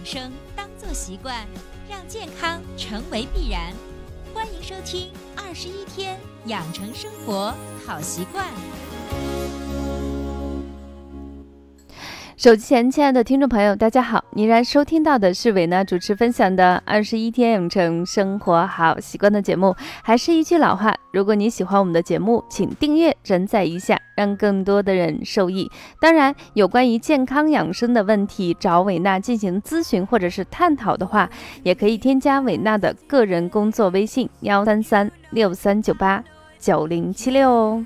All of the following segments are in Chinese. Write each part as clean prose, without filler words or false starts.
生当作习惯，让健康成为必然。欢迎收听21天养成生活好习惯。 手机前亲爱的听众朋友大家好，你然收听到的是伟娜主持分享的21天养成生活好习惯的节目。还是一句老话，如果你喜欢我们的节目，请订阅转载一下，让更多的人受益。当然有关于健康养生的问题找伟娜进行咨询或者是探讨的话，也可以添加伟娜的个人工作微信13363989076哦。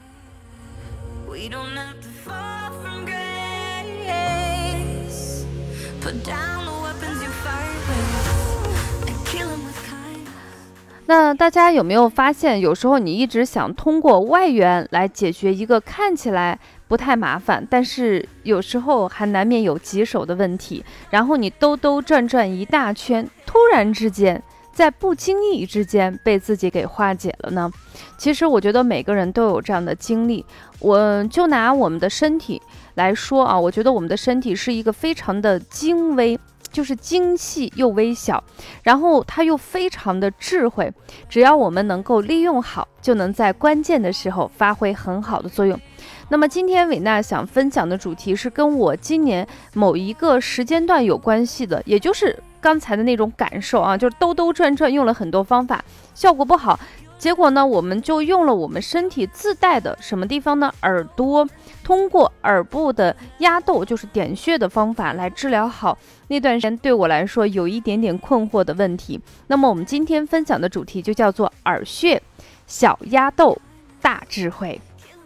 那大家有没有发现，有时候你一直想通过外援来解决一个看起来不太麻烦，但是有时候还难免有棘手的问题，然后你兜兜转转一大圈，突然之间在不经意之间被自己给化解了呢？其实我觉得每个人都有这样的经历。我就拿我们的身体来说啊，我觉得我们的身体是一个非常的精微，就是精细又微小，然后它又非常的智慧，只要我们能够利用好，就能在关键的时候发挥很好的作用。那么今天伟娜想分享的主题是跟我今年某一个时间段有关系的，也就是刚才的那种感受啊，就是兜兜转转用了很多方法，效果不好，结果呢，我们就用了我们身体自带的什么地方呢？耳朵，通过耳部的压豆，就是点穴的方法来治疗好那段时间对我来说有一点点困惑的问题。那么我们今天分享的主题就叫做耳穴，小压豆，大智慧。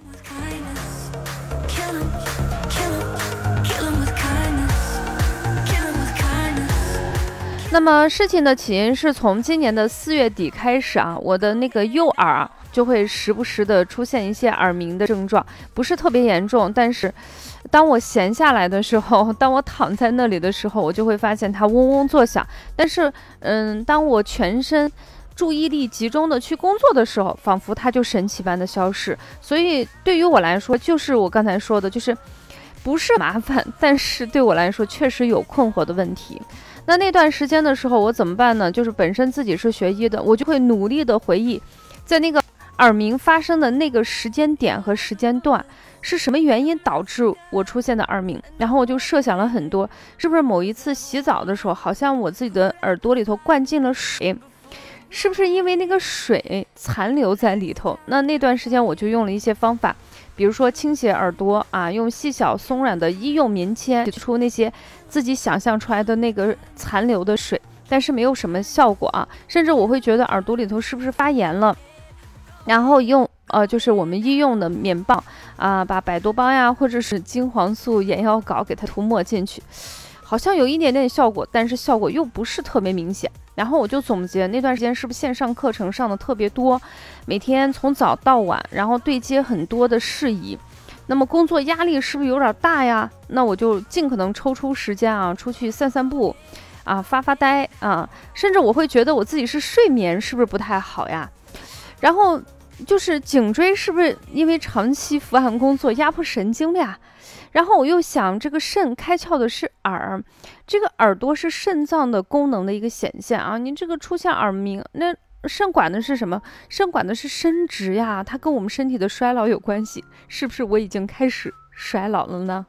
那么事情的起因是从今年的4月底开始啊，我的那个右耳就会时不时的出现一些耳鸣的症状，不是特别严重，但是当我闲下来的时候，当我躺在那里的时候，我就会发现它嗡嗡作响。但是当我全身注意力集中的去工作的时候，仿佛它就神奇般的消失。所以对于我来说，就是我刚才说的，就是不是麻烦，但是对我来说确实有困惑的问题。那段时间的时候我怎么办呢？就是本身自己是学医的，我就会努力的回忆在那个耳鸣发生的那个时间点和时间段是什么原因导致我出现的耳鸣，然后我就设想了很多，是不是某一次洗澡的时候好像我自己的耳朵里头灌进了水，是不是因为那个水残留在里头？那段时间我就用了一些方法，比如说清洗耳朵啊，用细小松软的医用棉签取出那些自己想象出来的那个残留的水，但是没有什么效果啊，甚至我会觉得耳朵里头是不是发炎了，然后用就是我们医用的棉棒啊，把百多邦呀或者是金黄素眼药膏给它涂抹进去，好像有一点点效果，但是效果又不是特别明显。然后我就总结那段时间是不是线上课程上的特别多，每天从早到晚，然后对接很多的事宜，那么工作压力是不是有点大呀？那我就尽可能抽出时间啊，出去散散步啊，发发呆啊，甚至我会觉得我自己是睡眠是不是不太好呀？然后就是颈椎是不是因为长期伏案工作压迫神经了呀？然后我又想，这个肾开窍的是耳，这个耳朵是肾脏的功能的一个显现啊。您这个出现耳鸣，那肾管的是什么？肾管的是生殖呀，它跟我们身体的衰老有关系，是不是我已经开始衰老了呢？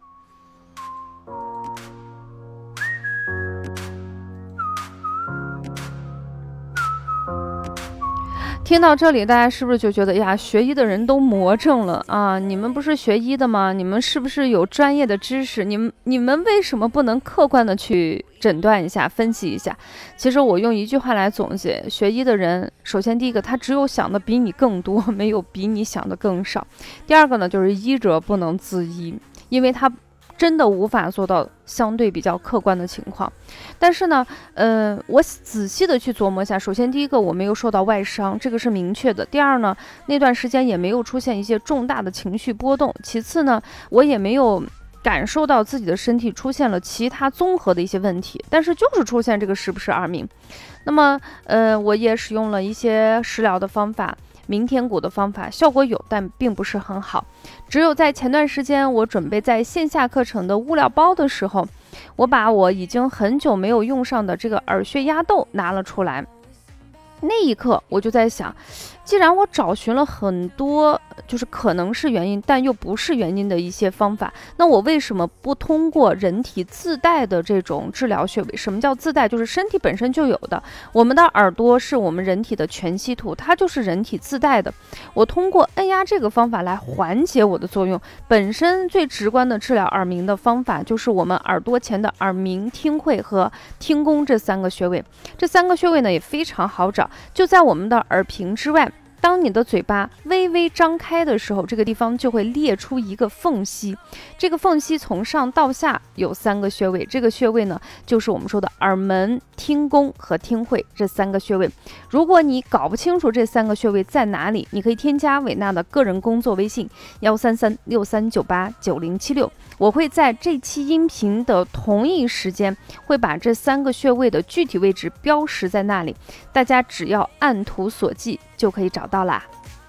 听到这里，大家是不是就觉得呀，学医的人都魔怔了啊？你们不是学医的吗？你们是不是有专业的知识？你们为什么不能客观的去诊断一下、分析一下？其实我用一句话来总结，学医的人，首先第一个，他只有想的比你更多，没有比你想的更少。第二个呢，就是医者不能自医，因为他真的无法做到相对比较客观的情况。但是呢我仔细的去琢磨一下，首先第一个，我没有受到外伤，这个是明确的。第二呢，那段时间也没有出现一些重大的情绪波动。其次呢，我也没有感受到自己的身体出现了其他综合的一些问题，但是就是出现这个时不时耳鸣。那么我也使用了一些食疗的方法，明天谷的方法，效果有，但并不是很好。只有在前段时间我准备在线下课程的物料包的时候， 我把我已经很久没有用上的这个耳穴压豆拿了出来。那一刻我就在想，既然我找寻了很多就是可能是原因但又不是原因的一些方法，那我为什么不通过人体自带的这种治疗穴位？什么叫自带？就是身体本身就有的。我们的耳朵是我们人体的全息图，它就是人体自带的。我通过按压这个方法来缓解我的作用。本身最直观的治疗耳鸣的方法就是我们耳朵前的耳鸣、听会和听宫这3个穴位。这3个穴位呢也非常好找，就在我们的耳屏之外。当你的嘴巴微微张开的时候，这个地方就会裂出一个缝隙。这个缝隙从上到下有3个穴位，这个穴位呢，就是我们说的耳门、听宫和听会这3个穴位。如果你搞不清楚这3个穴位在哪里，你可以添加伟娜的个人工作微信13363989076，我会在这期音频的同一时间会把这3个穴位的具体位置标识在那里，大家只要按图索骥就可以找到啦。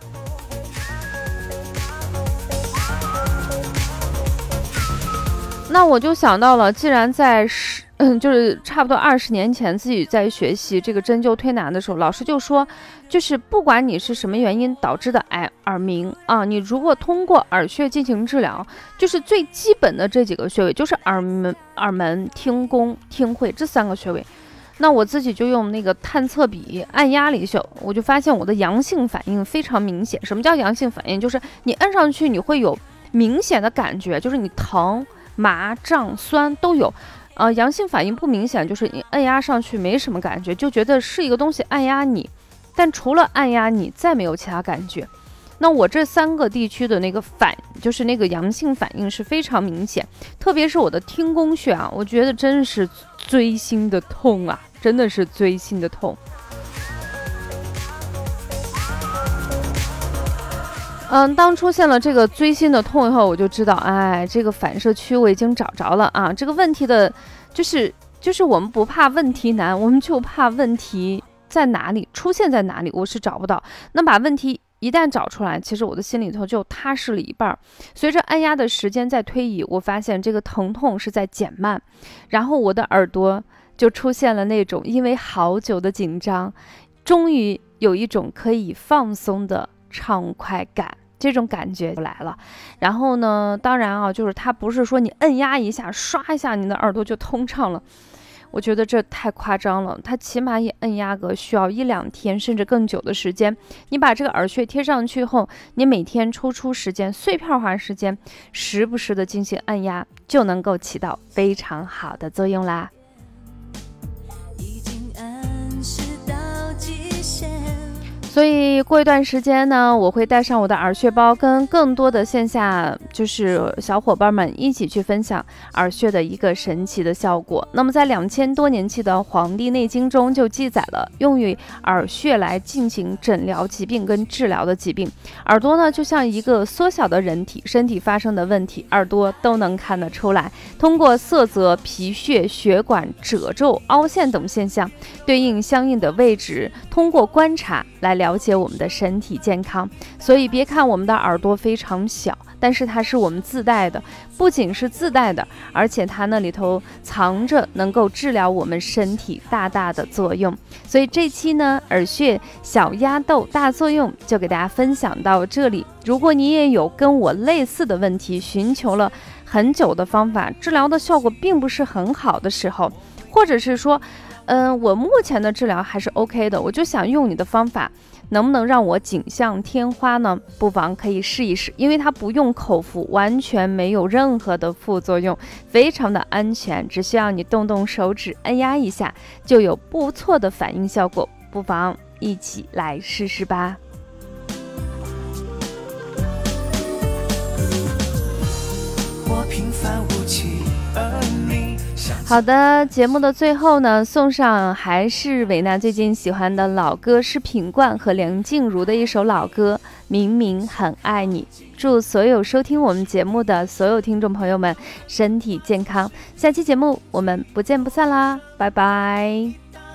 那我就想到了，既然在就是差不多20年前自己在学习这个针灸推拿的时候，老师就说，就是不管你是什么原因导致的耳鸣啊，你如果通过耳穴进行治疗，就是最基本的这几个穴位，就是耳门、听宫、听会这3个穴位。那我自己就用那个探测笔按压了一下，我就发现我的阳性反应非常明显。什么叫阳性反应？就是你按上去你会有明显的感觉，就是你疼、麻、胀、酸都有。阳性反应不明显，就是你按压上去没什么感觉，就觉得是一个东西按压你，但除了按压你再没有其他感觉。那我这3个地区的那个就是那个阳性反应是非常明显，特别是我的听宫穴啊，我觉得真是锥心的痛啊，真的是锥心的痛。当出现了这个锥心的痛以后，我就知道，这个反射区我已经找着了啊。这个问题的，就是我们不怕问题难，我们就怕问题在哪里，出现在哪里，我是找不到。那把问题一旦找出来，其实我的心里头就踏实了一半。随着按压的时间在推移，我发现这个疼痛是在减慢，然后我的耳朵就出现了那种因为好久的紧张，终于有一种可以放松的畅快感。这种感觉就来了。然后呢，当然啊，就是它不是说你按压一下刷一下你的耳朵就通畅了，我觉得这太夸张了。它起码也按压个需要1-2天甚至更久的时间。你把这个耳穴贴上去后，你每天抽出时间碎片化时间，时不时的进行按压，就能够起到非常好的作用啦。所以过一段时间呢，我会带上我的耳穴包，跟更多的线下就是小伙伴们一起去分享耳穴的一个神奇的效果。那么在2000多年期的《黄帝内经》中就记载了用于耳穴来进行诊疗疾病跟治疗的疾病。耳朵呢就像一个缩小的人体，身体发生的问题耳朵都能看得出来，通过色泽、皮屑、血管褶皱、凹陷等现象，对应相应的位置，通过观察来了解我们的身体健康。所以别看我们的耳朵非常小，但是它是我们自带的，不仅是自带的，而且它那里头藏着能够治疗我们身体大大的作用。所以这期呢，耳穴小压豆大作用就给大家分享到这里。如果你也有跟我类似的问题，寻求了很久的方法，治疗的效果并不是很好的时候，或者是说我目前的治疗还是 OK 的，我就想用你的方法，能不能让我锦上添花呢？不妨可以试一试，因为它不用口服，完全没有任何的副作用，非常的安全，只需要你动动手指按压一下，就有不错的反应效果，不妨一起来试试吧。我平凡无奇，而你好的，节目的最后呢，送上还是维娜最近喜欢的老歌，是品冠和梁静茹的一首老歌《明明很爱你》。祝所有收听我们节目的所有听众朋友们身体健康，下期节目我们不见不散啦，拜拜。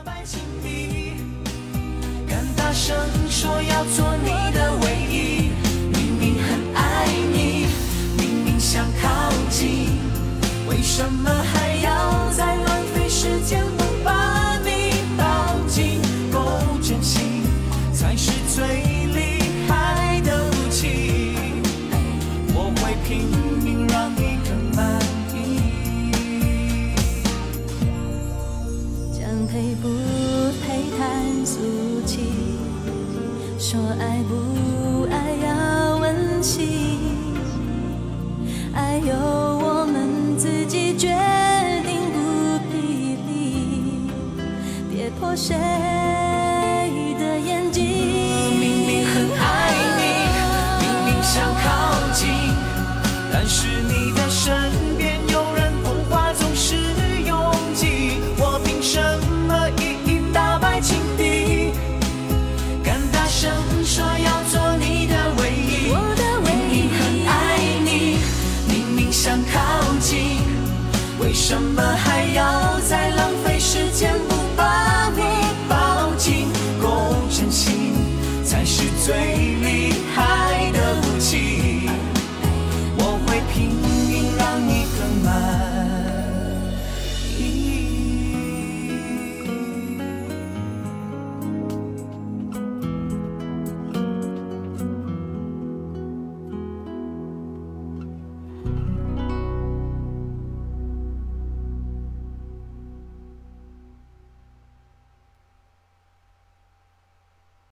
敢大声说要做你的唯一，明明很爱你，明明想靠近，为什么还要自己决定不疲力，跌破谁的眼睛。 明明很爱你，明明想靠近，但是你的身边有人童话总是拥挤，我凭什么一一打败情敌？敢大声说要做你的唯一，明明很爱你，明明想靠近，为什么还要再浪费时间不把你抱紧？够真心才是最厉害的武器。